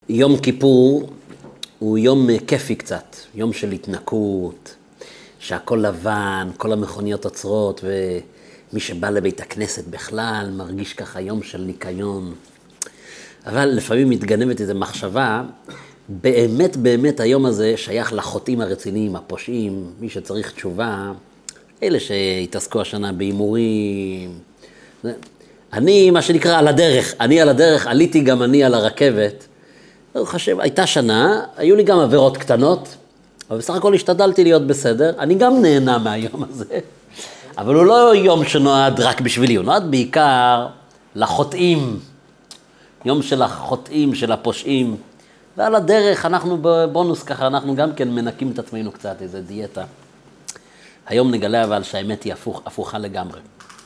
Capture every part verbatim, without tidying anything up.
יום כיפור הוא יום כיפי קצת, יום של התנקות, שהכל לבן, כל המכוניות עוצרות, ומי שבא לבית הכנסת בכלל מרגיש ככה יום של ניקיון. אבל לפעמים מתגנבת איזו מחשבה, באמת באמת היום הזה שייך לחוטאים הרציניים, הפושעים, מי שצריך תשובה, אלה שהתעסקו השנה בהימורים. אני, מה שנקרא, על הדרך, אני על הדרך, עליתי גם אני על הרכבת. ברוך השם, הייתה שנה, היו לי גם עבירות קטנות, אבל בסך הכל השתדלתי להיות בסדר, אני גם נהנה מהיום הזה, אבל הוא לא יום שנועד רק בשבילי, הוא נועד בעיקר לחוטאים, יום של החוטאים, של הפושעים, ועל הדרך אנחנו בבונוס ככה, אנחנו גם כן מנקים את עצמנו קצת, איזה דיאטה. היום נגלה אבל שהאמת היא הפוך, הפוכה לגמרי.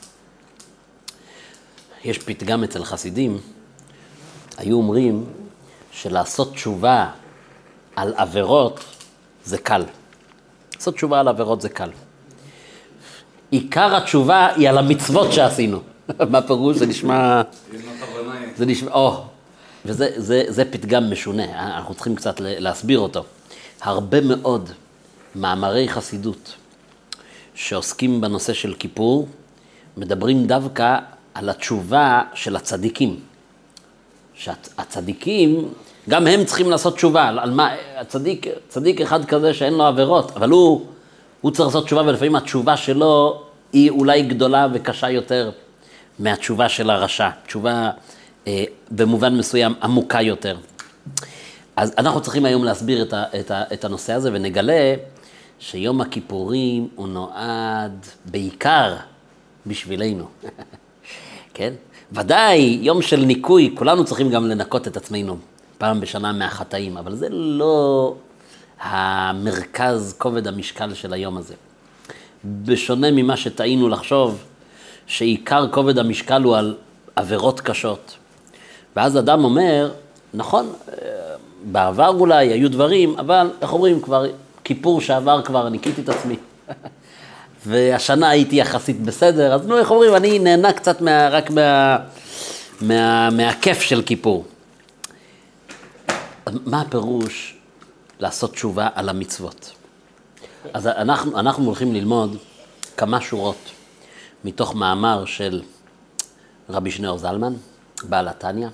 יש פתגם אצל חסידים, היו אומרים שלעשות תשובה על עבירות זה קל. לעשות תשובה על עבירות זה קל. עיקר התשובה היא על המצוות שעשינו. מה פירוש? זה נשמע... זה נשמע... או, וזה זה, זה פתגם משונה, אנחנו צריכים קצת להסביר אותו. הרבה מאוד מאמרי חסידות שעוסקים בנושא של כיפור, מדברים דווקא על התשובה של הצדיקים. שהצדיקים, גם הם צריכים לעשות תשובה, על מה, הצדיק, צדיק אחד כזה שאין לו עבירות, אבל הוא, הוא צריך לעשות תשובה, ולפעמים התשובה שלו היא אולי גדולה וקשה יותר מהתשובה של הרשע, תשובה אה, במובן מסוים עמוקה יותר. אז אנחנו צריכים היום להסביר את, ה, את, ה, את הנושא הזה, ונגלה שיום הכיפורים הוא נועד בעיקר בשבילנו, כן? ודאי, יום של ניקוי, כולנו צריכים גם לנקות את עצמנו פעם בשנה מהחטאים, אבל זה לא המרכז כובד המשקל של היום הזה. בשונה ממה שטעינו לחשוב, שעיקר כובד המשקל הוא על עבירות קשות. ואז אדם אומר, נכון, בעבר אולי היו דברים, אבל איך אומרים, כבר כיפור שעבר כבר ניקיתי את עצמי. והשנה הייתי יחסית בסדר, אז נו, איך אומרים, אני נהנה קצת מה, רק מה, מה, מהכיף של כיפור. מה הפירוש לעשות תשובה על המצוות? אז אנחנו, אנחנו הולכים ללמוד כמה שורות מתוך מאמר של רבי שניאור זלמן, בעל התניא.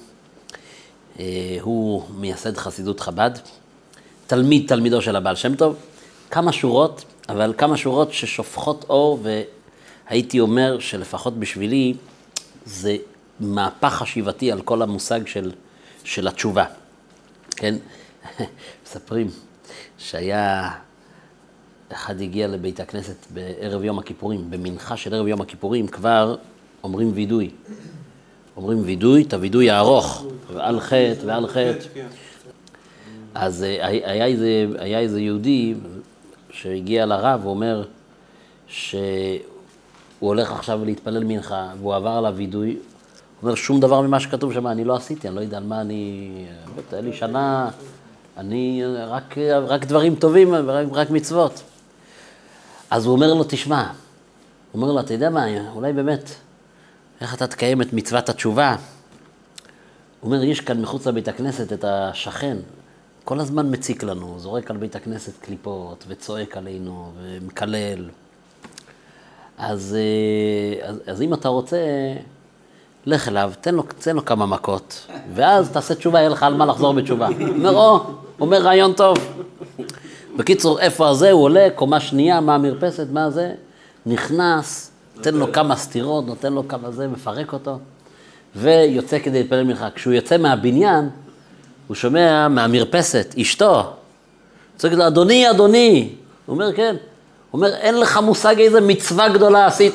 הוא מייסד חסידות חב"ד, תלמיד תלמידו של הבעל שם טוב, כמה שורות, אבל כמה שורות ששופכות אור, והייתי אומר שלפחות בשבילי זה מהפך חשיבתי על כל המושג של, של התשובה. כן? מספרים שהיה, אחד הגיע לבית הכנסת בערב יום הכיפורים, במנחה של ערב יום הכיפורים כבר אומרים וידוי. אומרים וידוי, את הוידוי הארוך, ועל חטא ועל חטא. אז היה איזה, היה איזה יהודי שהגיע לרב, הוא אומר שהוא הולך עכשיו להתפלל מנחה, והוא עבר על הוידוי, הוא אומר שום דבר ממה שכתוב שם, אני לא עשיתי, אני לא יודע על מה אני, היה לי שנה, אני רק, רק דברים טובים, רק, רק מצוות. אז הוא אומר לו, תשמע, הוא אומר לו, אתה יודע מה, אולי באמת, איך אתה תקיים את מצוות התשובה? הוא אומר, יש כאן מחוץ לבית הכנסת את השכן, כל הזמן מציק לנו, זורק על בית הכנסת קליפות וצועק עלינו ומקלל. אז, אז, אז אם אתה רוצה, לך אליו, תן לו, תן לו כמה מכות, ואז תעשה תשובה, יהיה לך על מה לחזור בתשובה. הוא אומר, או, אומר רעיון טוב. בקיצור, איפה הזה, הוא עולה, קומה שנייה, מה המרפסת, מה זה, נכנס, נותן לו כמה סתירות, נותן לו כמה זה, מפרק אותו, ויוצא כדי להתפלל מנחה. כשהוא יוצא מהבניין, הוא שומע מהמרפסת, אשתו, צועק לו, אדוני, אדוני. הוא אומר, כן. הוא אומר, אין לך מושג איזה מצווה גדולה עשית.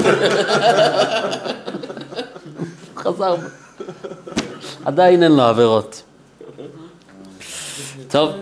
חזר. עדיין אין לו עבירות. טוב.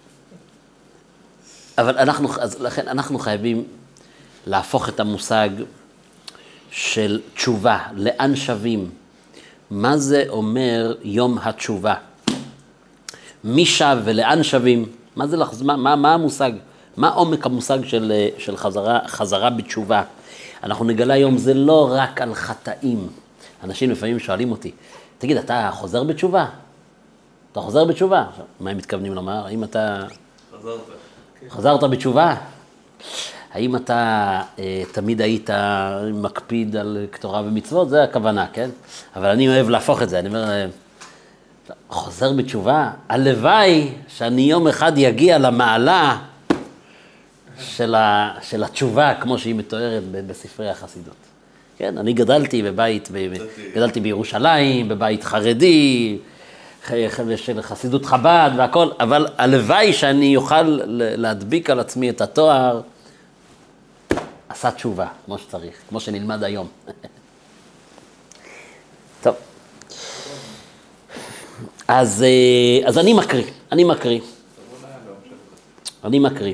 אבל אנחנו, אז לכן אנחנו חייבים להפוך את המושג של תשובה, לאן שווים. מה זה אומר יום התשובה? מי שב ולאן שווים? מה זה לחז... מה, מה, מה המושג? מה עומק המושג של, של חזרה, חזרה בתשובה? אנחנו נגלה היום, זה לא רק על חטאים. אנשים לפעמים שואלים אותי, תגיד, אתה חוזר בתשובה? אתה חוזר בתשובה. מה הם מתכוונים לומר? האם אתה... חזרת. חזרת בתשובה? האם אתה אה, תמיד היית מקפיד על תורה ומצוות? זה הכוונה, כן? אבל אני אוהב להפוך את זה. אני אומר, אה, חוזר בתשובה? הלוואי שאני יום אחד יגיע למעלה של, ה, של התשובה, כמו שהיא מתוארת בספרי החסידות. כן, אני גדלתי בבית, ב, גדלתי בירושלים, בבית חרדי, של חסידות חב"ד והכל, אבל הלוואי שאני אוכל להדביק על עצמי את התואר, עשה תשובה, כמו שצריך, כמו שנלמד היום. טוב. אז, אז אני מקריא, אני מקריא. אני מקריא.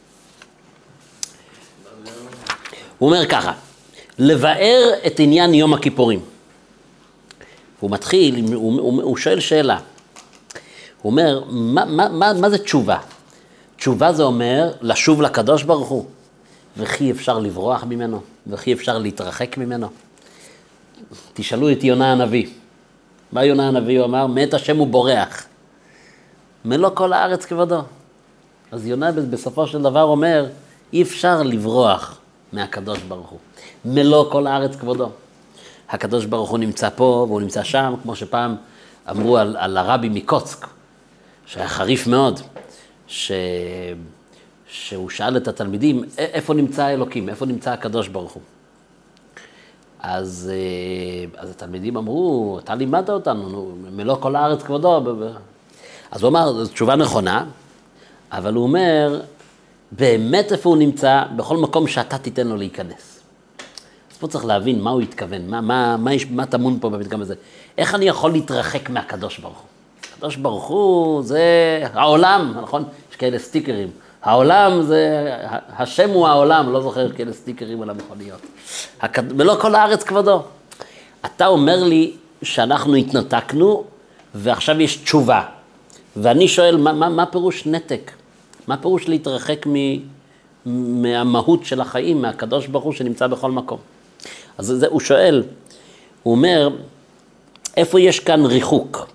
הוא אומר ככה, לבאר את עניין יום הכיפורים. הוא מתחיל, הוא, הוא, הוא שואל שאלה. הוא אומר, מה, מה, מה, מה זה תשובה? תשובה זה אומר לשוב לקדוש ברוך הוא, וכי אפשר לברוח ממנו, וכי אפשר להתרחק ממנו. תשאלו את יונה הנביא. מה יונה הנביא הוא אמר? מת השם הוא בורח. מלוא כל הארץ כבודו. אז יונה בסופו של דבר אומר, אי אפשר לברוח מהקדוש ברוך הוא. מלוא כל הארץ כבודו. הקדוש ברוך הוא נמצא פה והוא נמצא שם, כמו שפעם אמרו על, על הרבי מקוצק, שהיה חריף מאוד, ש... שהוא שאל את התלמידים, איפה נמצא האלוקים, איפה נמצא הקדוש ברוך הוא? אז, אז התלמידים אמרו, אתה לימדת אותנו, מלוא כל הארץ כבודו. אז הוא אמר, זו תשובה נכונה, אבל הוא אומר, באמת איפה הוא נמצא, בכל מקום שאתה תיתן לו להיכנס. אז פה צריך להבין מה הוא התכוון, מה, מה, מה, מה תמון פה בפתגם הזה. איך אני יכול להתרחק מהקדוש ברוך הוא? הקדוש ברוך הוא זה העולם, נכון? יש כאלה סטיקרים. העולם זה, השם הוא העולם, לא זוכר כאלה סטיקרים על המכוניות. ולא כל הארץ כבודו. אתה אומר לי שאנחנו התנתקנו ועכשיו יש תשובה. ואני שואל, מה, מה, מה פירוש נתק? מה פירוש להתרחק מ, מהמהות של החיים, מהקדוש ברוך הוא שנמצא בכל מקום? אז זה, הוא שואל, הוא אומר, איפה יש כאן ריחוק?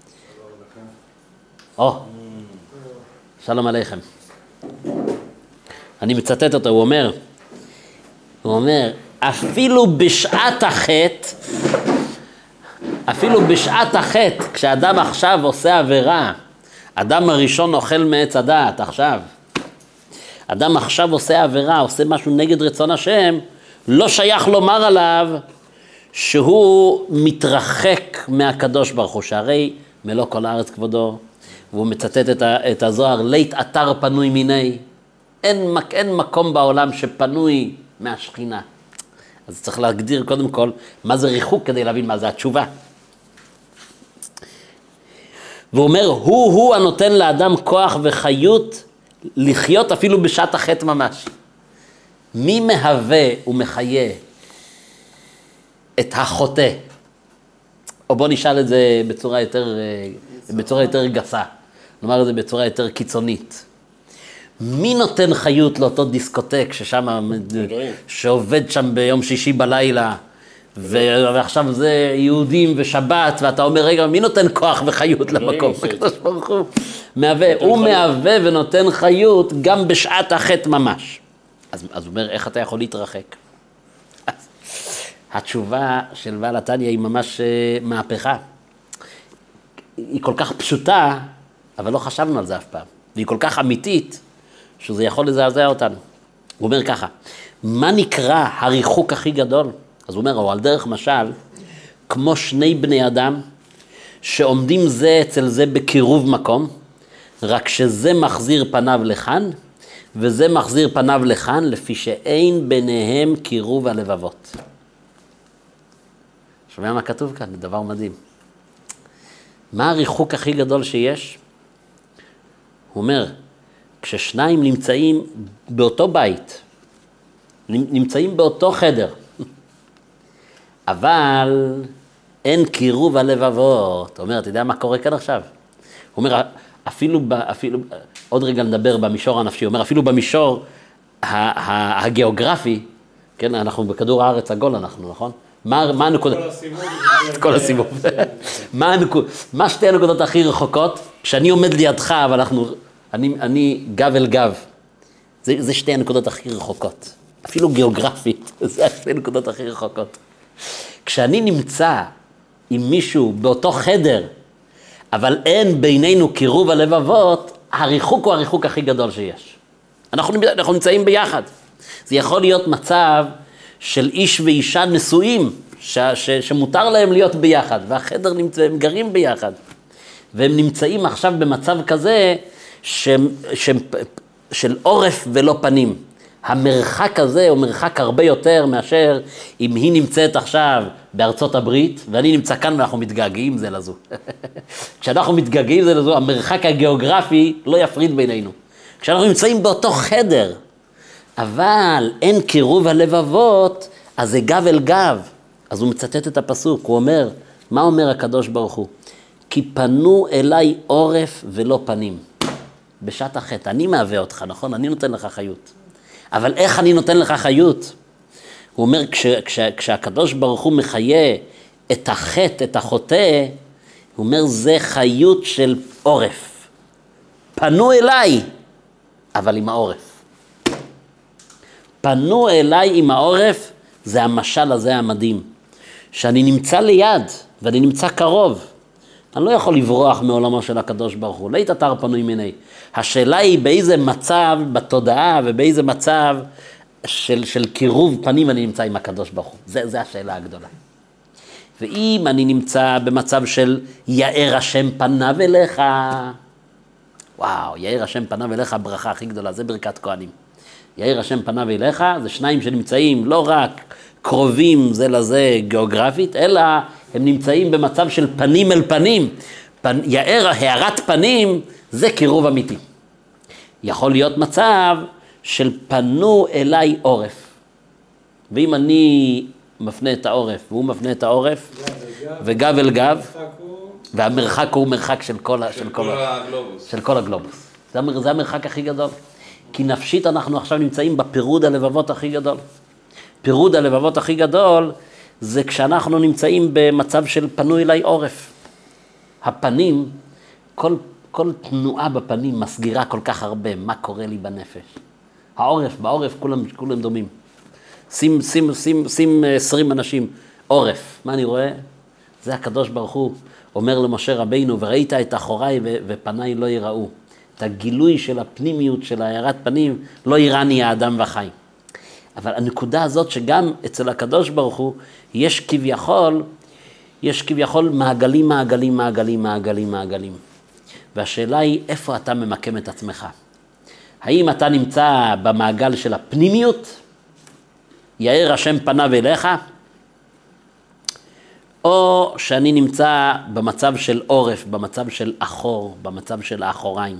או, שלום עליכם. אני מצטט אותו, הוא אומר, הוא אומר, אפילו בשעת החטא, אפילו בשעת החטא, כשאדם עכשיו עושה עבירה, אדם הראשון אוכל מעץ הדעת, עכשיו. אדם עכשיו עושה עבירה, עושה משהו נגד רצון השם, לא שייך לומר עליו שהוא מתרחק מהקדוש ברוך הוא, שהרי מלוא כל הארץ כבודו, והוא מצטט את, ה, את הזוהר, לית אתר פנוי מיני, אין, אין מקום בעולם שפנוי מהשכינה. אז צריך להגדיר קודם כל מה זה ריחוק כדי להבין מה זה התשובה. והוא אומר, הוא הוא הנותן לאדם כוח וחיות לחיות אפילו בשעת החטא ממש. מי מהווה ומחיה את החוטא? או בוא נשאל את זה בצורה יותר, בצורה יותר גסה. נאמר את זה בצורה יותר קיצונית. מי נותן חיות לאותו דיסקוטק ששם, שעובד שם ביום שישי בלילה, ועכשיו זה יהודים ושבת, ואתה אומר, רגע, מי נותן כוח וחיות למקום? הקדוש ברוך הוא מהווה, הוא מהווה ונותן חיות גם בשעת החטא ממש. אז, אז הוא אומר, איך אתה יכול להתרחק? התשובה של בעל התניא היא ממש מהפכה. היא כל כך פשוטה, אבל לא חשבנו על זה אף פעם. והיא כל כך אמיתית, שזה יכול לזעזע אותנו. הוא אומר ככה, מה נקרא הריחוק הכי גדול? אז הוא אומר, או על דרך משל, כמו שני בני אדם, שעומדים זה אצל זה בקירוב מקום, רק שזה מחזיר פניו לכאן, וזה מחזיר פניו לכאן, לפי שאין ביניהם קירוב הלבבות. שומע מה כתוב כאן? זה דבר מדהים. מה הריחוק הכי גדול שיש? הוא אומר, כששניים נמצאים באותו בית, נמצאים באותו חדר, אבל אין קירוב הלבבות. הוא אומר, אתה יודע מה קורה כאן עכשיו? הוא אומר, אפילו, אפילו, עוד רגע נדבר במישור הנפשי, הוא אומר, אפילו במישור הגיאוגרפי, כן, אנחנו בכדור הארץ עגול אנחנו, נכון? מה, מה הנקודה? כל הסיבוב. כל הסיבוב. מה הנקוד... מה שתי הנקודות הכי רחוקות? כשאני עומד לידך, אבל אנחנו... אני, אני גב אל גב. זה, זה שתי הנקודות הכי רחוקות. אפילו גיאוגרפית, זה שתי הנקודות הכי רחוקות. כשאני נמצא עם מישהו באותו חדר, אבל אין בינינו קירוב הלבבות, הריחוק הוא הריחוק הכי גדול שיש. אנחנו, אנחנו נמצאים ביחד. זה יכול להיות מצב של איש ואישה נשואים, ש, ש, שמותר להם להיות ביחד, והחדר נמצא, הם גרים ביחד. והם נמצאים עכשיו במצב כזה ש, ש, של עורף ולא פנים. המרחק הזה הוא מרחק הרבה יותר מאשר אם היא נמצאת עכשיו בארצות הברית, ואני נמצא כאן ואנחנו מתגעגעים זה לזו. כשאנחנו מתגעגעים זה לזו, המרחק הגיאוגרפי לא יפריד בינינו. כשאנחנו נמצאים באותו חדר, אבל אין קירוב הלבבות, אז זה גב אל גב. אז הוא מצטט את הפסוק, הוא אומר, מה אומר הקדוש ברוך הוא? כי פנו אליי עורף ולא פנים. בשעת החטא, אני מהווה אותך, נכון? אני נותן לך חיות. אבל איך אני נותן לך חיות? הוא אומר, כש, כש, כשהקדוש ברוך הוא מחיה את החטא, את החוטא, הוא אומר, זה חיות של עורף. פנו אליי, אבל עם העורף. פנו אליי עם העורף, זה המשל הזה המדהים. שאני נמצא ליד, ואני נמצא קרוב. אני לא יכול לברוח מעולמו של הקדוש ברוך הוא. לא יתתר פנוי מיני. השאלה היא באיזה מצב בתודעה ובאיזה מצב של, של קירוב פנים אני נמצא עם הקדוש ברוך הוא. זה, זה השאלה הגדולה. ואם אני נמצא במצב של יאר השם פניו אליך, וואו, יאר השם פניו אליך, הברכה הכי גדולה, זה ברכת כהנים. יאר השם פניו אליך, זה שניים שנמצאים לא רק קרובים זה לזה גיאוגרפית, אלא הם נמצאים במצב של פנים אל פנים. פן, יאר, הערת פנים, זה קירוב אמיתי. יכול להיות מצב של פנו אליי עורף. ואם אני מפנה את העורף, והוא מפנה את העורף, וגב אל גב, והמרחק הוא מרחק של כל, של של כל, כל הגלובוס. של כל הגלובוס. זה, זה המרחק הכי גדול. כי נפשית אנחנו עכשיו נמצאים בפירוד הלבבות הכי גדול. פירוד הלבבות הכי גדול זה כשאנחנו נמצאים במצב של פנו אליי עורף. הפנים, כל, כל תנועה בפנים מסגירה כל כך הרבה, מה קורה לי בנפש. העורף, בעורף כולם, כולם דומים. שים, שים, שים, שים עשרים אנשים, עורף. מה אני רואה? זה הקדוש ברוך הוא אומר למשה רבינו, וראית את אחוריי ו- ופניי לא יראו. את הגילוי של הפנימיות של הערת פנים, לא יראני האדם והחיים. אבל הנקודה הזאת שגם אצל הקדוש ברוך הוא, יש כביכול, יש כביכול מעגלים, מעגלים, מעגלים, מעגלים, מעגלים. והשאלה היא, איפה אתה ממקם את עצמך? האם אתה נמצא במעגל של הפנימיות? יאר השם פניו אליך? או שאני נמצא במצב של עורף, במצב של אחור, במצב של האחוריים?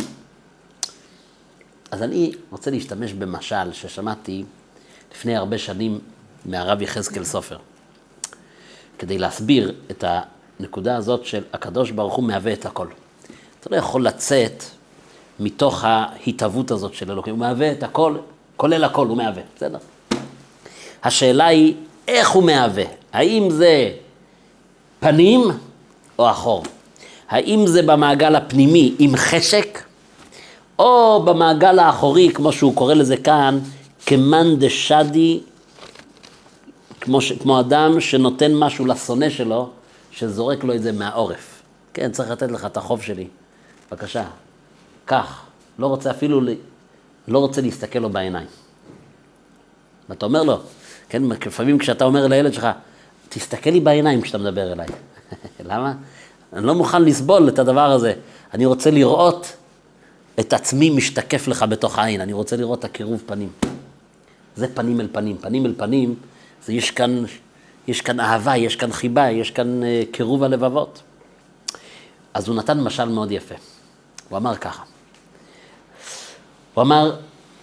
אז אני רוצה להשתמש במשל ששמעתי לפני הרבה שנים מהרב יחזקאל סופר, כדי להסביר את הנקודה הזאת של הקדוש ברוך הוא מהווה את הכל. אתה לא יכול לצאת מתוך ההתהוות הזאת של אלוקים, הוא מהווה את הכל, כולל הכל הוא מהווה, בסדר? השאלה היא איך הוא מהווה, האם זה פנים או אחור? האם זה במעגל הפנימי עם חשק, או במעגל האחורי, כמו שהוא קורא לזה כאן, כמן דשדי, כמו, ש, כמו אדם שנותן משהו לשונא שלו, שזורק לו את זה מהעורף. כן, צריך לתת לך את החוב שלי. בבקשה, כך. לא רוצה אפילו, לא רוצה להסתכל לו בעיניים. ואתה אומר לו, כן, לפעמים כשאתה אומר לילד שלך, תסתכל לי בעיניים כשאתה מדבר אליי. למה? אני לא מוכן לסבול את הדבר הזה. אני רוצה לראות את עצמי משתקף לך בתוך העין. אני רוצה לראות את הקירוב פנים. זה פנים אל פנים. פנים אל פנים, זה יש כאן, יש כאן אהבה, יש כאן חיבה, יש כאן uh, קירוב הלבבות. אז הוא נתן משל מאוד יפה. הוא אמר ככה. הוא אמר,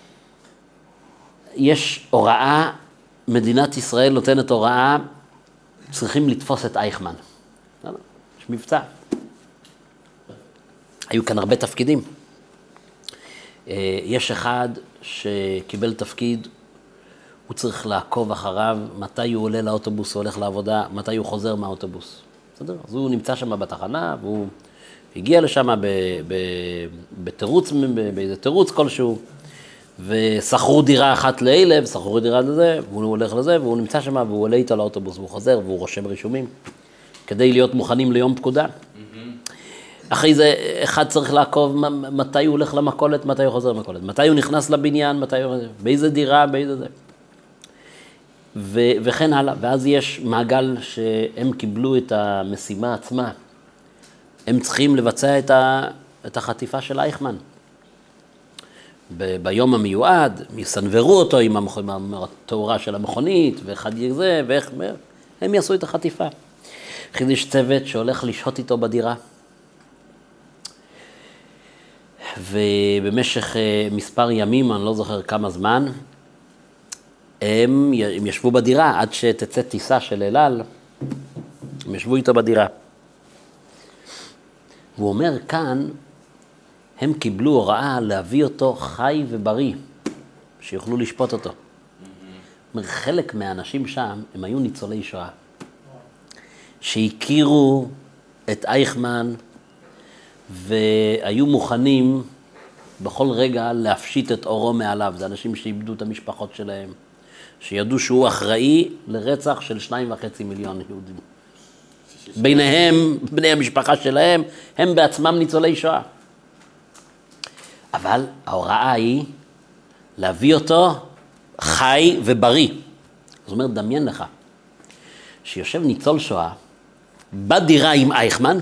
יש הוראה, מדינת ישראל נותנת הוראה, צריכים לתפוס את אייכמן. יש מבצע. היו כאן הרבה תפקידים. יש אחד שקיבל תפקיד, הוא צריך לעקוב אחריו, מתי הוא עולה לאוטובוס, הוא הולך לעבודה, מתי הוא חוזר מהאוטובוס. בסדר? אז הוא נמצא שם בתחנה, והוא הגיע לשם בתירוץ, באיזה תירוץ כלשהו, ושכרו דירה אחת לאלה, ושכרו דירה לזה, והוא הולך לזה, והוא נמצא שם, והוא עולה איתו לאוטובוס, והוא חוזר, והוא רושם רישומים, כדי להיות מוכנים ליום פקודה. אחרי זה, אחד צריך לעקוב מתי הוא הולך למכולת, מתי הוא חוזר למכולת, מתי הוא נכנס לבניין, מתי הוא... באיזה דירה, באיזה זה. ו... וכן הלאה. ואז יש מעגל שהם קיבלו את המשימה עצמה. הם צריכים לבצע את, ה... את החטיפה של אייכמן. ב... ביום המיועד, יסנברו אותו עם המכ... התאורה של המכונית, ואחד יזה, ואיך... הם יעשו את החטיפה. אחרי יש צוות שהולך לשהות איתו בדירה. ובמשך מספר ימים, אני לא זוכר כמה זמן, הם, הם ישבו בדירה עד שתצא טיסה של אל-על, הם ישבו איתו בדירה. והוא אומר כאן, הם קיבלו הוראה להביא אותו חי ובריא, שיוכלו לשפוט אותו. אומר, חלק מהאנשים שם, הם היו ניצולי שואה, שהכירו את אייכמן, והיו מוכנים בכל רגע להפשיט את אורו מעליו. זה אנשים שאיבדו את המשפחות שלהם, שידעו שהוא אחראי לרצח של שניים וחצי מיליון יהודים. ביניהם, בני המשפחה שלהם, הם בעצמם ניצולי שואה. אבל ההוראה היא להביא אותו חי ובריא. זאת אומרת, דמיין לך, שיושב ניצול שואה בדירה עם אייכמן,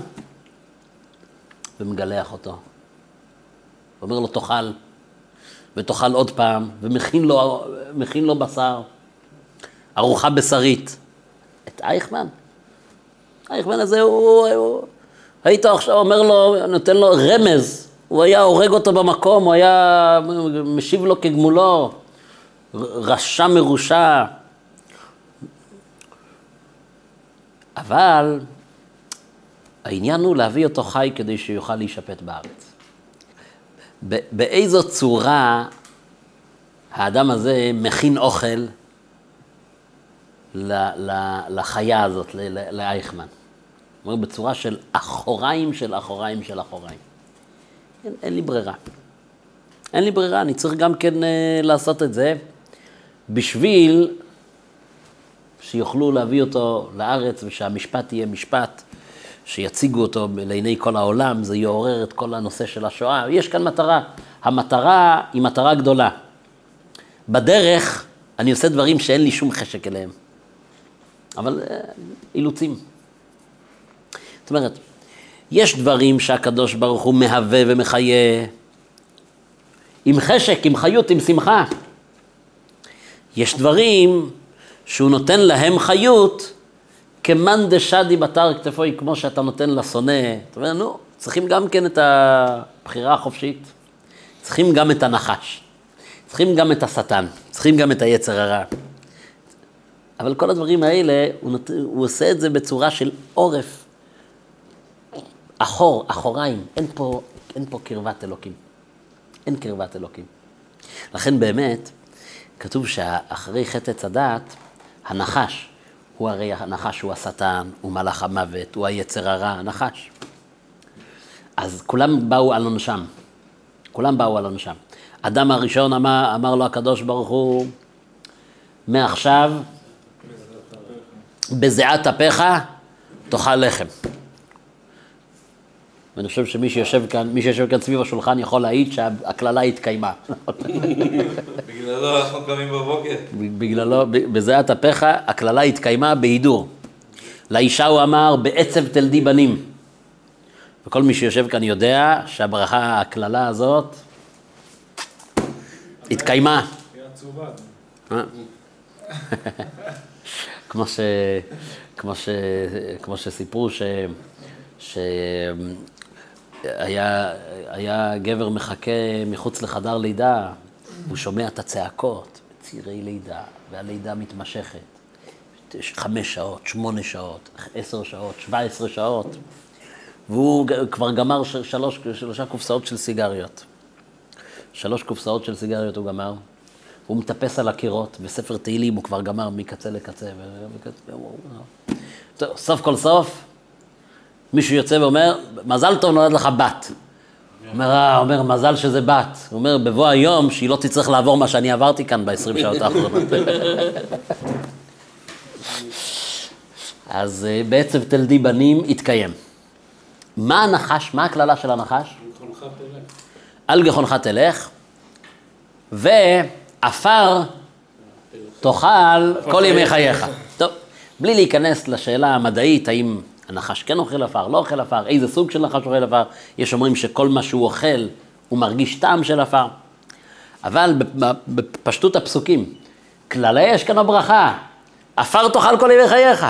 ומגלח אותו. ואומר לו, תאכל, ותאכל עוד פעם, ומכין לו, מכין לו בשר, ארוחה בשרית. את אייכמן? אייכמן הזה הוא, הוא היית עכשיו אומר לו, נותן לו רמז, הוא היה הורג אותו במקום, הוא היה משיב לו כגמולו, רשע מרושע. אבל העניין הוא להביא אותו חי כדי שיוכל להישפט בארץ. באיזו צורה האדם הזה מכין אוכל לחיה הזאת, לאייכמן. זאת אומרת, בצורה של אחוריים של אחוריים של אחוריים. אין, אין לי ברירה. אין לי ברירה, אני צריך גם כן לעשות את זה, בשביל שיוכלו להביא אותו לארץ, ושהמשפט יהיה משפט, שיציגו אותו לעיני כל העולם, זה יעורר את כל הנושא של השואה. יש כאן מטרה. המטרה היא מטרה גדולה. בדרך אני עושה דברים שאין לי שום חשק אליהם. אבל אילוצים. זאת אומרת, יש דברים שהקדוש ברוך הוא מהווה ומחיה, עם חשק, עם חיות, עם שמחה. יש דברים שהוא נותן להם חיות, כמן דשדי בתר כתפוי, כמו שאתה נותן לשונא. זאת אומרת, נו, צריכים גם כן את הבחירה החופשית, צריכים גם את הנחש, צריכים גם את השטן, צריכים גם את היצר הרע. אבל כל הדברים האלה, הוא, נות... הוא עושה את זה בצורה של עורף, אחור, אחוריים. אין פה, אין פה קרבת אלוקים. אין קרבת אלוקים. לכן באמת, כתוב שאחרי חטא עץ הדעת, הנחש, הוא הרי הנחש הוא השטן, הוא מלאך המוות, הוא היצר הרע, הנחש. אז כולם באו על עונשם. כולם באו על עונשם. אדם הראשון אמר, אמר לו הקדוש ברוך הוא, מעכשיו, בזיעת אפיך תאכל לחם. ואני חושב שמי שיושב כאן, מי שיושב כאן סביב השולחן יכול להעיד שהכללה התקיימה. בגללו אנחנו קמים בבוקר. בגללו, בזיעת אפיך, הכללה התקיימה בהידור. לאישה הוא אמר, בעצב תלדי בנים. וכל מי שיושב כאן יודע שהברכה, הכללה הזאת, התקיימה. היא עצובה. כמו ש... כמו ש... כמו שסיפרו ש... שהיה היה גבר מחכה מחוץ לחדר לידה, הוא שומע את הצעקות, צירי לידה, והלידה מתמשכת, חמש שעות, שמונה שעות, עשר שעות, שבע עשרה שעות, והוא כבר גמר שלוש, שלושה קופסאות של סיגריות. שלוש קופסאות של סיגריות הוא גמר. הוא הוא מטפס על הקירות, וספר תהילים הוא כבר גמר מקצה לקצה. טוב, סוף כל סוף, מישהו יוצא ואומר, מזל טוב נולד לך בת. הוא אומר, אה, אומר, מזל שזה בת. הוא אומר, בבוא היום שהיא לא תצטרך לעבור מה שאני עברתי כאן ב-עשרים שעות האחרונות. אז בעצם תלדי בנים התקיים. מה הנחש? מה הכללה של הנחש? על גחונך תלך, ואפר תאכל כל ימי חייך. טוב, בלי להיכנס לשאלה המדעית, האם הנחש כן אוכל אפר, לא אוכל אפר, איזה סוג של נחש אוכל אפר, יש אומרים שכל מה שהוא אוכל, הוא מרגיש טעם של אפר. אבל בפשטות הפסוקים, כללי יש כאן הברכה, אפר תאכל כל ימי חייך.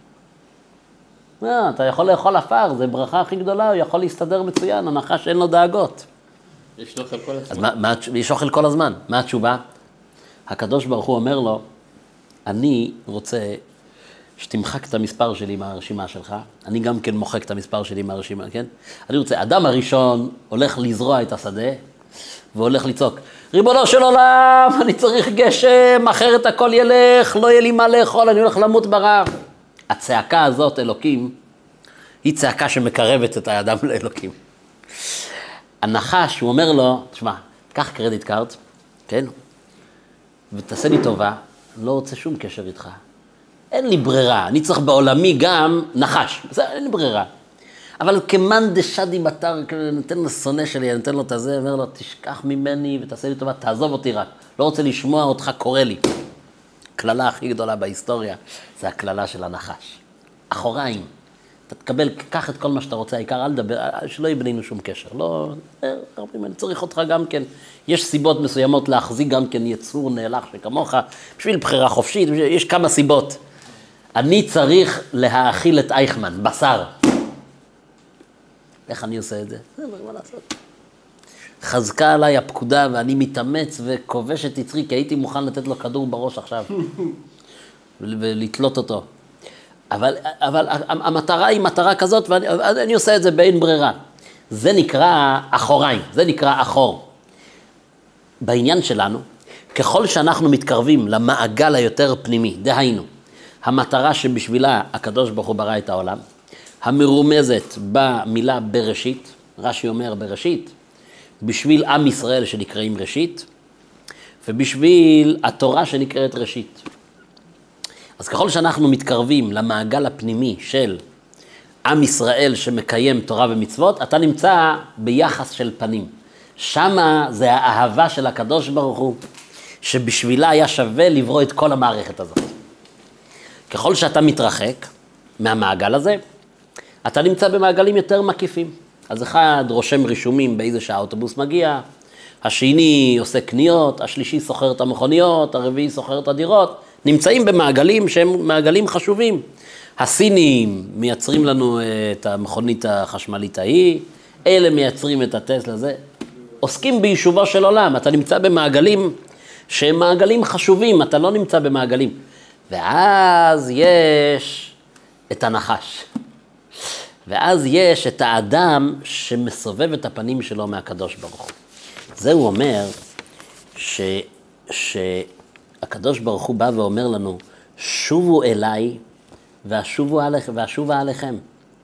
אתה יכול לאכול אפר, זה ברכה הכי גדולה, הוא יכול להסתדר מצוין, הנחש אין לו דאגות. יש לו אוכל כל הזמן. אז מה, מה, יש אוכל כל הזמן. מה התשובה? הקדוש ברוך הוא אומר לו, אני רוצה שתמחק את המספר שלי מהרשימה שלך, אני גם כן מוחק את המספר שלי מהרשימה, כן? אני רוצה, אדם הראשון הולך לזרוע את השדה, והולך לצעוק, ריבונו של עולם, אני צריך גשם, אחרת הכל ילך, לא יהיה לי מה לאכול, אני הולך למות ברעב. הצעקה הזאת, אלוקים, היא צעקה שמקרבת את האדם לאלוקים. הנחש, הוא אומר לו, תשמע, קח קרדיט קארד, כן? ותעשה לי טובה, לא רוצה שום קשר איתך. אין לי ברירה, אני צריך בעולמי גם נחש, אין לי ברירה. אבל כמאן דשדי מטר, נותן לו שונא שלי, נותן לו את הזה, אומר לו, תשכח ממני ותעשה לי טובה, תעזוב אותי רק. לא רוצה לשמוע אותך קורא לי. הכללה הכי גדולה בהיסטוריה, זה הכללה של הנחש. אחוריים. אתה תקבל, קח את כל מה שאתה רוצה, העיקר אל דבר, שלא יהיה בינינו שום קשר. לא, אני צריך אותך גם כן. יש סיבות מסוימות להחזיק גם כן יצור נאלח שכמוך, בשביל בחירה חופשית, יש כמה סיבות. אני צריך להאכיל את אייכמן, בשר. איך אני עושה את זה? זה מה לעשות. חזקה עליי הפקודה ואני מתאמץ וכובש את יצרי, כי הייתי מוכן לתת לו כדור בראש עכשיו, ולתלות אותו. אבל, אבל המטרה היא מטרה כזאת, ואני אני עושה את זה באין ברירה. זה נקרא אחוריים, זה נקרא אחור. בעניין שלנו, ככל שאנחנו מתקרבים למעגל היותר פנימי, דהיינו, המטרה שבשבילה הקדוש ברוך הוא ברא את העולם, המרומזת במילה בראשית, רש"י אומר בראשית, בשביל עם ישראל שנקראים ראשית, ובשביל התורה שנקראת ראשית. אז ככל שאנחנו מתקרבים למעגל הפנימי של עם ישראל שמקיים תורה ומצוות, אתה נמצא ביחס של פנים. שמה זה האהבה של הקדוש ברוך הוא, שבשבילה היה שווה לברוא את כל המערכת הזאת. ככל שאתה מתרחק מהמעגל הזה, אתה נמצא במעגלים יותר מקיפים. אז אחד רושם רישומים באיזה שעה האוטובוס מגיע, השני עושה קניות, השלישי סוחר את המכוניות, הרביעי סוחר את הדירות, נמצאים במעגלים שהם מעגלים חשובים. הסינים מייצרים לנו את המכונית החשמלית ההיא, אלה מייצרים את הטסלה הזה, עוסקים ביישובו של עולם, אתה נמצא במעגלים שהם מעגלים חשובים, אתה לא נמצא במעגלים. ואז יש את הנחש. ואז יש את האדם שמסובב את הפנים שלו מהקדוש ברוך הוא. זה הוא אומר ש, שהקדוש ברוך הוא בא ואומר לנו, שובו אליי והשובו עליכ, והשובה עליכם.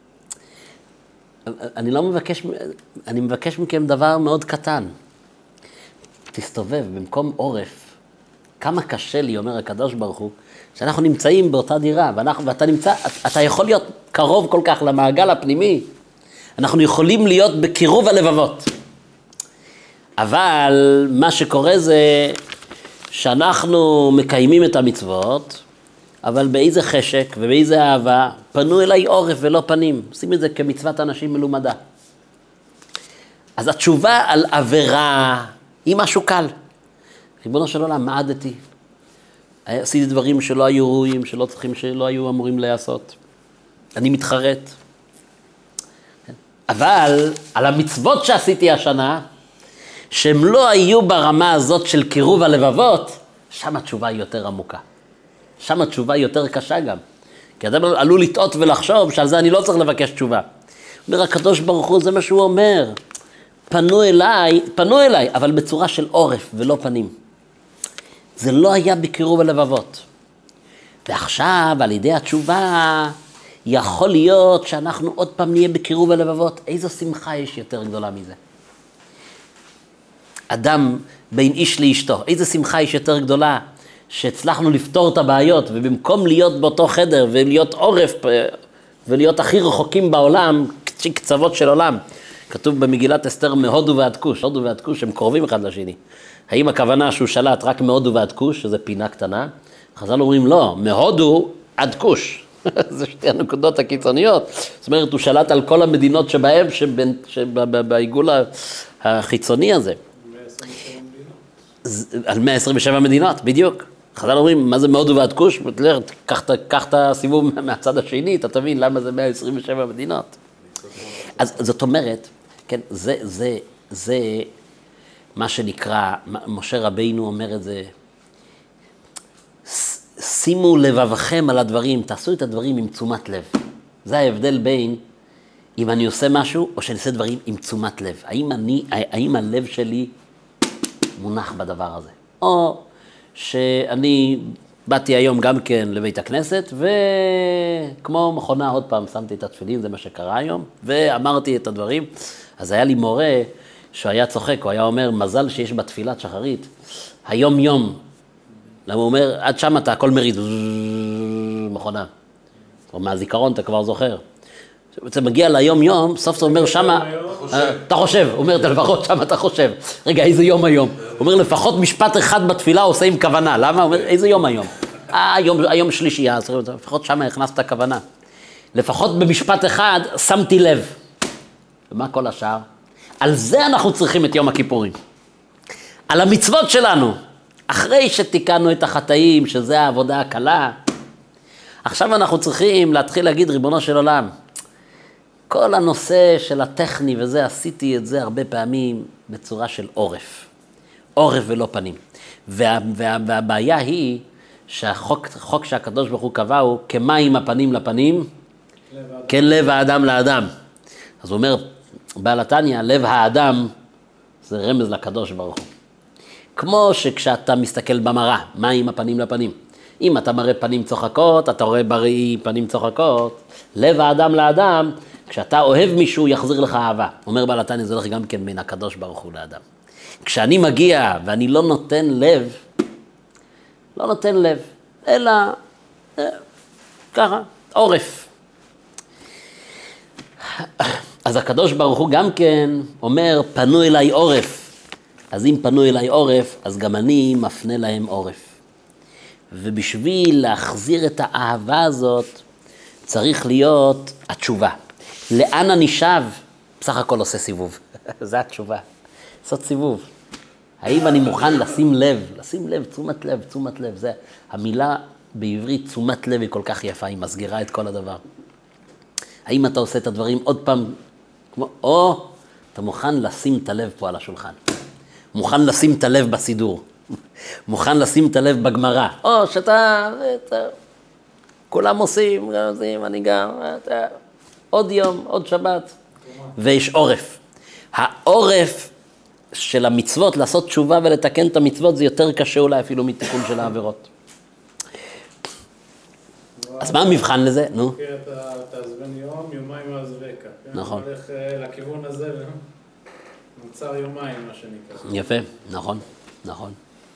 אני לא מבקש, אני מבקש מכם דבר מאוד קטן. תסתובב במקום עורף. כמה קשה לי, אומר הקדוש ברוך הוא, שאנחנו נמצאים באותה דירה, ואנחנו, ואתה נמצא, אתה יכול להיות קרוב כל כך למעגל הפנימי, אנחנו יכולים להיות בקירוב הלבבות. אבל מה שקורה זה שאנחנו מקיימים את המצוות, אבל באיזה חשק ובאיזה אהבה, פנו אליי עורף ולא פנים. עושים את זה כמצוות אנשים מלומדה. אז התשובה על עבירה היא משהו קל. ריבונו של עולם, מעדתי. עשיתי דברים שלא היו ראויים, שלא צריכים, שלא היו אמורים לעשות. אני מתחרט. אבל על המצוות שעשיתי השנה, שהם לא היו ברמה הזאת של קירוב הלבבות, שם התשובה היא יותר עמוקה. שם התשובה היא יותר קשה גם. כי אדם עלול לטעות ולחשוב שעל זה אני לא צריך לבקש תשובה. אומר הקדוש ברוך הוא, זה מה שהוא אומר. פנו אליי, פנו אליי, אבל בצורה של עורף ולא פנים. זה לא היה בקירוב הלבבות. ועכשיו, על ידי התשובה, יכול להיות שאנחנו עוד פעם נהיה בקירוב הלבבות. איזו שמחה יש יותר גדולה מזה? אדם בין איש לאשתו, איזו שמחה יש יותר גדולה שהצלחנו לפתור את הבעיות, ובמקום להיות באותו חדר ולהיות עורף ולהיות הכי רחוקים בעולם, קצוות של עולם. כתוב במגילת אסתר מהודו ועד כוש, הודו ועד כוש הם קרובים אחד לשני. האם הכוונה שהוא שלט רק מהודו ועד כוש, שזה פינה קטנה? חז"ל אומרים לא, מהודו עד כוש. זה שתי הנקודות הקיצוניות. זאת אומרת, הוא שלט על כל המדינות שבהם, שבעיגול החיצוני הזה. על מאה עשרים ושבע מדינות, בדיוק. חז"ל אומרים, מה זה מהודו ועד כוש? קח את הסיבוב מהצד השני, אתה תבין למה זה מאה עשרים ושבע מדינות. אז זאת אומרת, כן, זה, זה, זה מה שנקרא, משה רבינו אומר את זה, שימו לבבכם על הדברים, תעשו את הדברים עם תשומת לב. זה ההבדל בין אם אני עושה משהו או שאני עושה דברים עם תשומת לב. האם, אני, האם הלב שלי מונח בדבר הזה? או שאני באתי היום גם כן לבית הכנסת, וכמו מכונה עוד פעם שמתי את התפילין, זה מה שקרה היום, ואמרתי את הדברים. אז היה לי מורה שהוא היה צוחק, הוא היה אומר, מזל שיש בתפילת שחרית, היום יום, למה הוא אומר, עד שם אתה הכל מריד, מכונה. או מהזיכרון אתה כבר זוכר. אתה מגיע ליום יום, סוף סוף אומר שמה, אתה חושב, הוא אומר, לפחות שם אתה חושב. רגע, איזה יום היום? הוא אומר, לפחות משפט אחד בתפילה עושה עם כוונה. למה? הוא אומר, איזה יום היום? אה, היום, היום שלישי, לפחות שם הכנסת כוונה. לפחות במשפט אחד שמתי לב. ומה כל השאר? על זה אנחנו צריכים את יום הכיפורים. על המצוות שלנו. אחרי שתיקנו את החטאים, שזה העבודה הקלה, עכשיו אנחנו צריכים להתחיל להגיד, ריבונו של עולם, כל הנושא של הטכני וזה, עשיתי את זה הרבה פעמים בצורה של עורף. עורף ולא פנים. וה, וה, והבעיה היא שהחוק חוק שהקדוש ברוך הוא קבע הוא כמים הפנים לפנים, כן לב האדם לאדם. אז הוא אומר, בעל התניא, לב האדם זה רמז לקדוש ברוך הוא. כמו שכשאתה מסתכל במראה, מים הפנים לפנים. אם אתה מראה פנים צוחקות, אתה רואה בראי פנים צוחקות. לב האדם לאדם, כשאתה אוהב מישהו, יחזיר לך אהבה. אומר בעל התניא, זה הולך גם כן בין הקדוש ברוך הוא לאדם. כשאני מגיע ואני לא נותן לב, לא נותן לב, אלא אה, ככה, עורף. אז הקדוש ברוך הוא גם כן אומר, פנו אליי עורף. אז אם פנו אליי עורף, אז גם אני מפנה להם עורף. ובשביל להחזיר את האהבה הזאת, צריך להיות התשובה. לאן אני שב? בסך הכל עושה סיבוב. זה התשובה. לעשות סיבוב. האם אני מוכן לשים לב? לשים לב, תשומת לב, תשומת לב. זה, המילה בעברית, תשומת לב היא כל כך יפה, היא מסגירה את כל הדבר. האם אתה עושה את הדברים עוד פעם, כמו, או אתה מוכן לשים את הלב פה על השולחן. מוכן לשים את הלב בסידור. מוכן לשים את הלב בגמרא. או שאתה, אתה, כולם עושים, גם עושים, אני גם, אתה, עוד יום, עוד שבת. ויש עורף. העורף של המצוות, לעשות תשובה ולתקן את המצוות, זה יותר קשה אולי אפילו מתיקון של העבירות. אז מה המבחן לזה? נו. אתה תעזבן יום, יומיים מעזבקה. נכון. הולך לכיוון הזה, נוצר יומיים, מה שנקרא. יפה, נכון, נכון.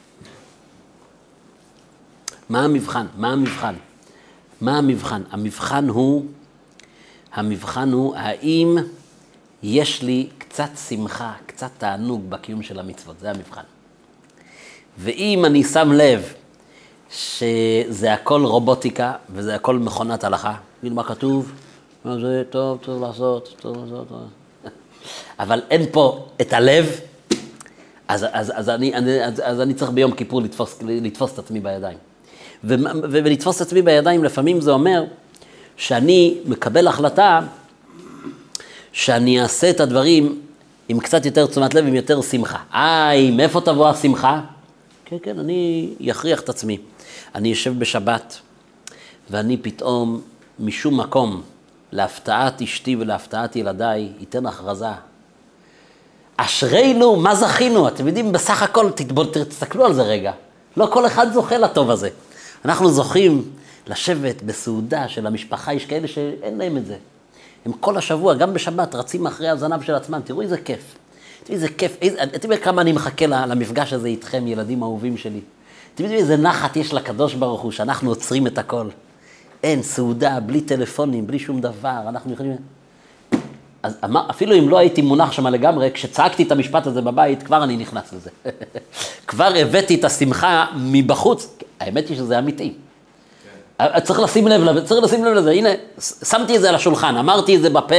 מה המבחן? מה המבחן? מה המבחן? המבחן הוא, המבחן הוא, האם יש לי קצת שמחה, קצת תענוג בקיום של המצוות, זה המבחן. ואם אני שם לב שזה הכל רובוטיקה וזה הכל מכונת הלכה, תגיד מה כתוב, מה זה טוב, טוב לעשות, טוב לעשות, טוב. אבל אין פה את הלב, אז, אז, אז, אני, אני, אז, אז אני צריך ביום כיפור לתפוס, לתפוס את עצמי בידיים. ו, ו, ולתפוס את עצמי בידיים לפעמים זה אומר שאני מקבל החלטה שאני אעשה את הדברים עם קצת יותר תשומת לב, עם יותר שמחה. איי, מאיפה תבוא השמחה? כן, כן, אני יכריח את עצמי. אני אשב בשבת, ואני פתאום, משום מקום, להפתעת אשתי ולהפתעת ילדיי, ייתן הכרזה. אשרינו, מה זכינו? אתם יודעים, בסך הכל, תסתכלו על זה רגע. לא כל אחד זוכה לטוב הזה. אנחנו זוכים לשבת בסעודה של המשפחה, יש כאלה שאין להם את זה. הם כל השבוע, גם בשבת, רצים אחרי הזנב של עצמם, תראו איזה כיף. תראו איזה כיף, תראו כמה אני מחכה למפגש הזה איתכם, ילדים אהובים שלי. תראו איזה נחת יש לקדוש ברוך הוא, שאנחנו עוצרים את הכל. אין, סעודה, בלי טלפונים, בלי שום דבר, אנחנו יכולים... אז אפילו אם לא הייתי מונח שם לגמרי, כשצעקתי את המשפט הזה בבית, כבר אני נכנס לזה. כבר הבאתי את השמחה מבחוץ. האמת היא שזה אמיתי. צריך לשים לב לזה, צריך לשים לב לזה. הנה, שמתי את זה על השולחן, אמרתי את זה בפה,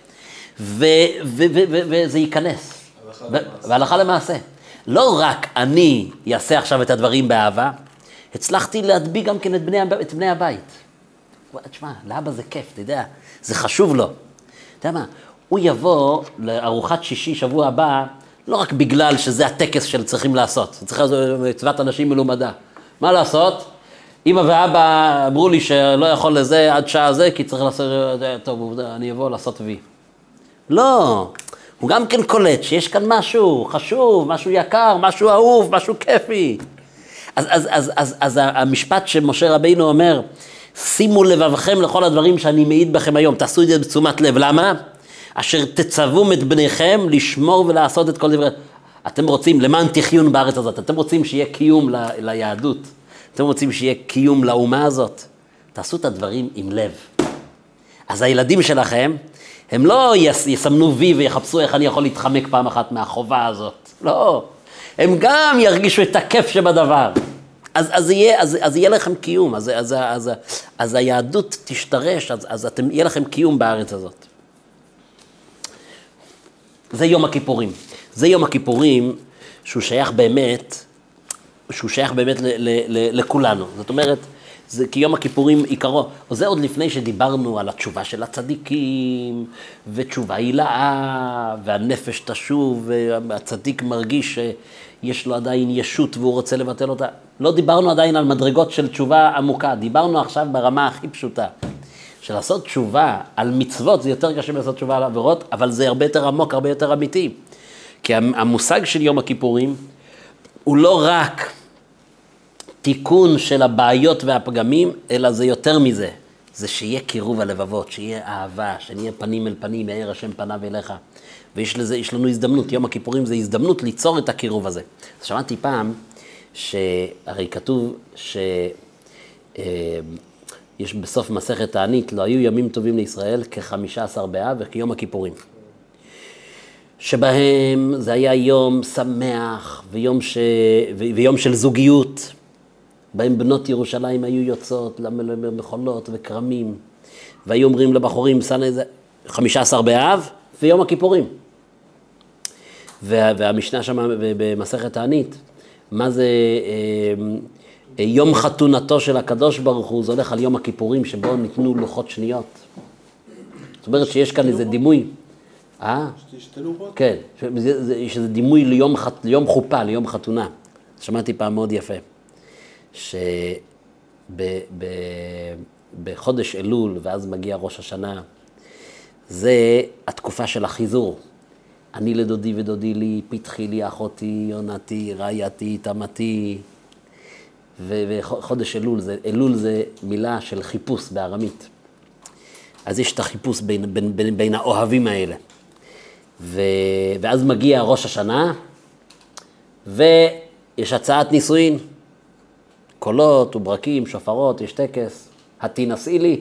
וזה ייכנס. והלכה למעשה. לא רק אני אעשה עכשיו את הדברים באהבה, הצלחתי להדביק גם כן את בני הבית. תשמע, לאבא זה כיף, אתה יודע, זה חשוב לו. אתה יודע מה? הוא יבוא לארוחת שישי שבוע הבא, לא רק בגלל שזה הטקס של צריכים לעשות. צריך לעשות מצוות אנשים מלומדה. מה לעשות? אמא ואבא אמרו לי שלא יכול לזה עד שעה זה, כי צריך לעשות, טוב, אני אבוא לעשות וי. לא, הוא גם כן קולט שיש כאן משהו חשוב, משהו יקר, משהו אהוב, משהו כיפי. אז, אז, אז, אז, אז המשפט שמשה רבינו אומר, שימו לבבכם לכל הדברים שאני מעיד בכם היום, תעשו את זה בתשומת לב. למה? אשר תצוום את בניכם לשמור ולעשות את כל דברי. אתם רוצים, למען תחיון בארץ הזאת, אתם רוצים שיהיה קיום ל, ליהדות, אתם רוצים שיהיה קיום לאומה הזאת, תעשו את הדברים עם לב. אז הילדים שלכם, הם לא יסמנו וי ויחפשו איך אני יכול להתחמק פעם אחת מהחובה הזאת. לא, הם גם ירגישו את הכיף שבדבר. אז, אז, יהיה, אז, אז יהיה לכם קיום, אז, אז, אז, אז היהדות תשתרש, אז, אז אתם, יהיה לכם קיום בארץ הזאת. זה יום הכיפורים. זה יום הכיפורים שהוא שייך באמת, שהוא שייך באמת ל, ל, ל, לכולנו. זאת אומרת, זה כי יום הכיפורים עיקרו, זה עוד לפני שדיברנו על התשובה של הצדיקים, ותשובה הילאה, והנפש תשוב, והצדיק מרגיש שיש לו עדיין ישות והוא רוצה לבטל אותה. לא דיברנו עדיין על מדרגות של תשובה עמוקה, דיברנו עכשיו ברמה הכי פשוטה. שלעשות תשובה על מצוות זה יותר קשה לעשות תשובה על עבירות, אבל זה הרבה יותר עמוק, הרבה יותר אמיתי. כי המושג של יום הכיפורים הוא לא רק תיקון של הבעיות והפגמים, אלא זה יותר מזה. זה שיהיה קירוב הלבבות, שיהיה אהבה, שנהיה פנים אל פנים, מאיר השם פניו אליך. ויש לזה, יש לנו הזדמנות, יום הכיפורים זה הזדמנות ליצור את הקירוב הזה. אז שמעתי פעם, שהרי כתוב ש... יש בסוף מסכת תענית, לא היו ימים טובים לישראל כ-חמישה עשר באב וכיום הכיפורים. שבהם זה היה יום שמח ויום, ש... ויום של זוגיות, בהם בנות ירושלים היו יוצאות למחולות וקרמים, והיו אומרים לבחורים, חמישה עשר באב ויום הכיפורים. וה... והמשנה שם במסכת תענית, מה זה... יום חתונתו של הקדוש ברוך הוא, זה הולך על יום הכיפורים שבו ניתנו לוחות שניות. זאת אומרת שיש כאן איזה דימוי. אה? שתי לוחות? כן, שזה דימוי ליום, ליום חופה, ליום חתונה. שמעתי פעם מאוד יפה, שבחודש אלול, ואז מגיע ראש השנה, זה התקופה של החיזור. אני לדודי ודודי לי, פתחי לי, אחותי, יונתי, רעייתי, תמתי, וחודש אלול, זה, אלול זה מילה של חיפוש בארמית. אז יש את החיפוש בין, בין, בין, בין האוהבים האלה. ו, ואז מגיע ראש השנה, ויש הצעת נישואין, קולות וברקים, שופרות, יש טקס, התינשאי לי.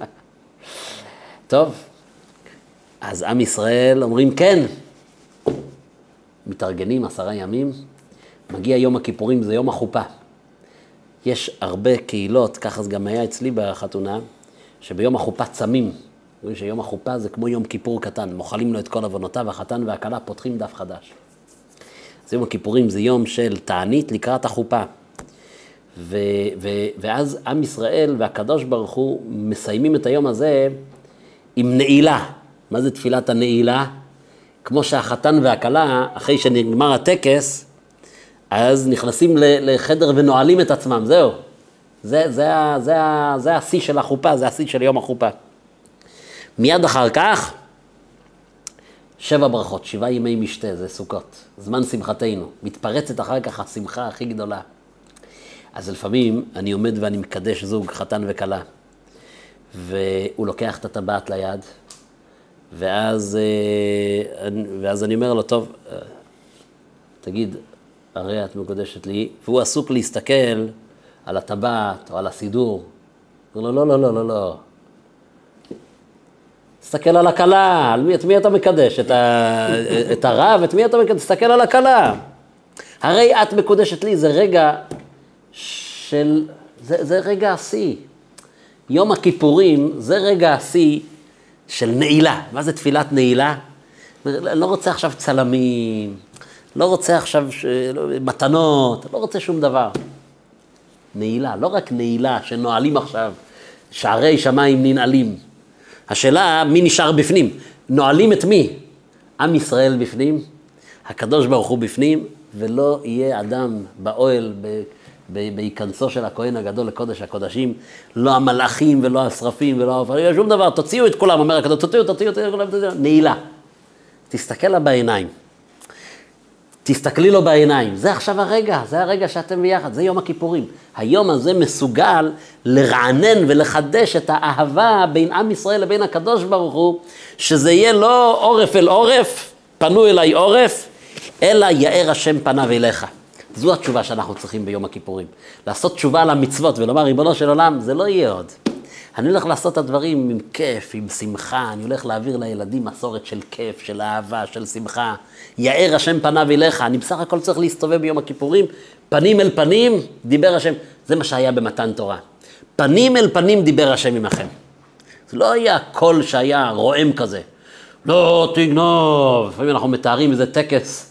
טוב, אז עם ישראל אומרים כן, מתארגנים עשרה ימים, מגיע יום הכיפורים, זה יום החופה. יש הרבה קהילות, ככה זה גם היה אצלי בחתונה, שביום החופה צמים. רואים שיום החופה זה כמו יום כיפור קטן, מוכלים לו את כל עוונותיו, החתן והכלה פותחים דף חדש. אז יום הכיפורים זה יום של תענית לקראת החופה. ו- ו- ואז עם ישראל והקדוש ברוך הוא מסיימים את היום הזה עם נעילה. מה זה תפילת הנעילה? כמו שהחתן והכלה, אחרי שנגמר הטקס, אז נכנסים לחדר ונועלים את עצמם, זהו. זה, זה, זה, זה השיא של החופה, זה השיא של יום החופה. מיד אחר כך, שבע ברכות, שבעה ימי משתה, זה סוכות. זמן שמחתנו. מתפרצת אחר כך השמחה הכי גדולה. אז לפעמים אני עומד ואני מקדש זוג, חתן וכלה, והוא לוקח את הטבעת ליד, ואז, ואז אני אומר לו, טוב, תגיד, הרי את מקודשת לי, והוא עסוק להסתכל על הטבעת או על הסידור. הוא אומר לו, לא, לא, לא, לא, לא. תסתכל על הכלה, על מי, את מי אתה מקדש? את, ה, את הרב, את מי אתה מקדש? תסתכל על הכלה. הרי את מקודשת לי, זה רגע של, זה, זה רגע השיא. יום הכיפורים זה רגע השיא של נעילה. מה זה תפילת נעילה? לא רוצה עכשיו צלמים, לא רוצה עכשיו ש... מתנות, לא רוצה שום דבר. נעילה, לא רק נעילה שנועלים עכשיו, שערי שמיים ננעלים. השאלה, מי נשאר בפנים? נועלים את מי? עם ישראל בפנים, הקדוש ברוך הוא בפנים, ולא יהיה אדם באוהל, בהיכנסו של הכהן הגדול לקודש הקודשים, לא המלאכים ולא השרפים ולא שום דבר, תוציאו את כולם, אומר הקדוש, תוציאו, תוציאו, תוציאו, תוציאו, נעילה. תסתכל לה בעיניים. תסתכלי לו בעיניים. זה עכשיו הרגע, זה הרגע שאתם ביחד, זה יום הכיפורים. היום הזה מסוגל לרענן ולחדש את האהבה בין עם ישראל לבין הקדוש ברוך הוא, שזה יהיה לא עורף אל עורף, פנו אליי עורף, אלא יאר השם פניו אליך. זו התשובה שאנחנו צריכים ביום הכיפורים. לעשות תשובה על המצוות ולומר, ריבונו של עולם, זה לא יהיה עוד. אני הולך לעשות את הדברים עם כיף, עם שמחה, אני הולך להעביר לילדים מסורת של כיף, של אהבה, של שמחה. יאר השם פניו אליך, אני בסך הכל צריך להסתובב ביום הכיפורים, פנים אל פנים, דיבר השם. זה מה שהיה במתן תורה. פנים אל פנים דיבר השם עמכם. זה לא היה קול שהיה רועם כזה. לא תגנוב, לפעמים אנחנו מתארים איזה טקס.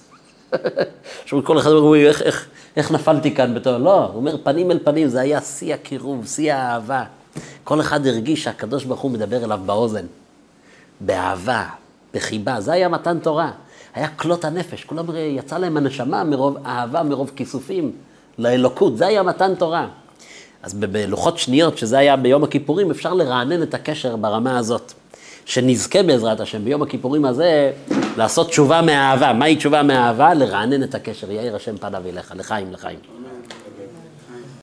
שכל אחד אומר, איך, איך, איך נפלתי כאן בתור? לא, הוא אומר, פנים אל פנים, זה היה שיא הקירוב, שיא האהבה. כל אחד הרגיש שהקדוש ברוך הוא מדבר אליו באוזן, באהבה, בחיבה, זה היה מתן תורה. היה כלות הנפש, כולם יצא להם הנשמה מרוב אהבה, מרוב כיסופים לאלוקות, זה היה מתן תורה. אז בלוחות שניות, שזה היה ביום הכיפורים, אפשר לרענן את הקשר ברמה הזאת. שנזכה בעזרת השם ביום הכיפורים הזה לעשות תשובה מהאהבה. מהי תשובה מהאהבה? לרענן את הקשר, יאיר השם פניו אליך, לחיים, לחיים.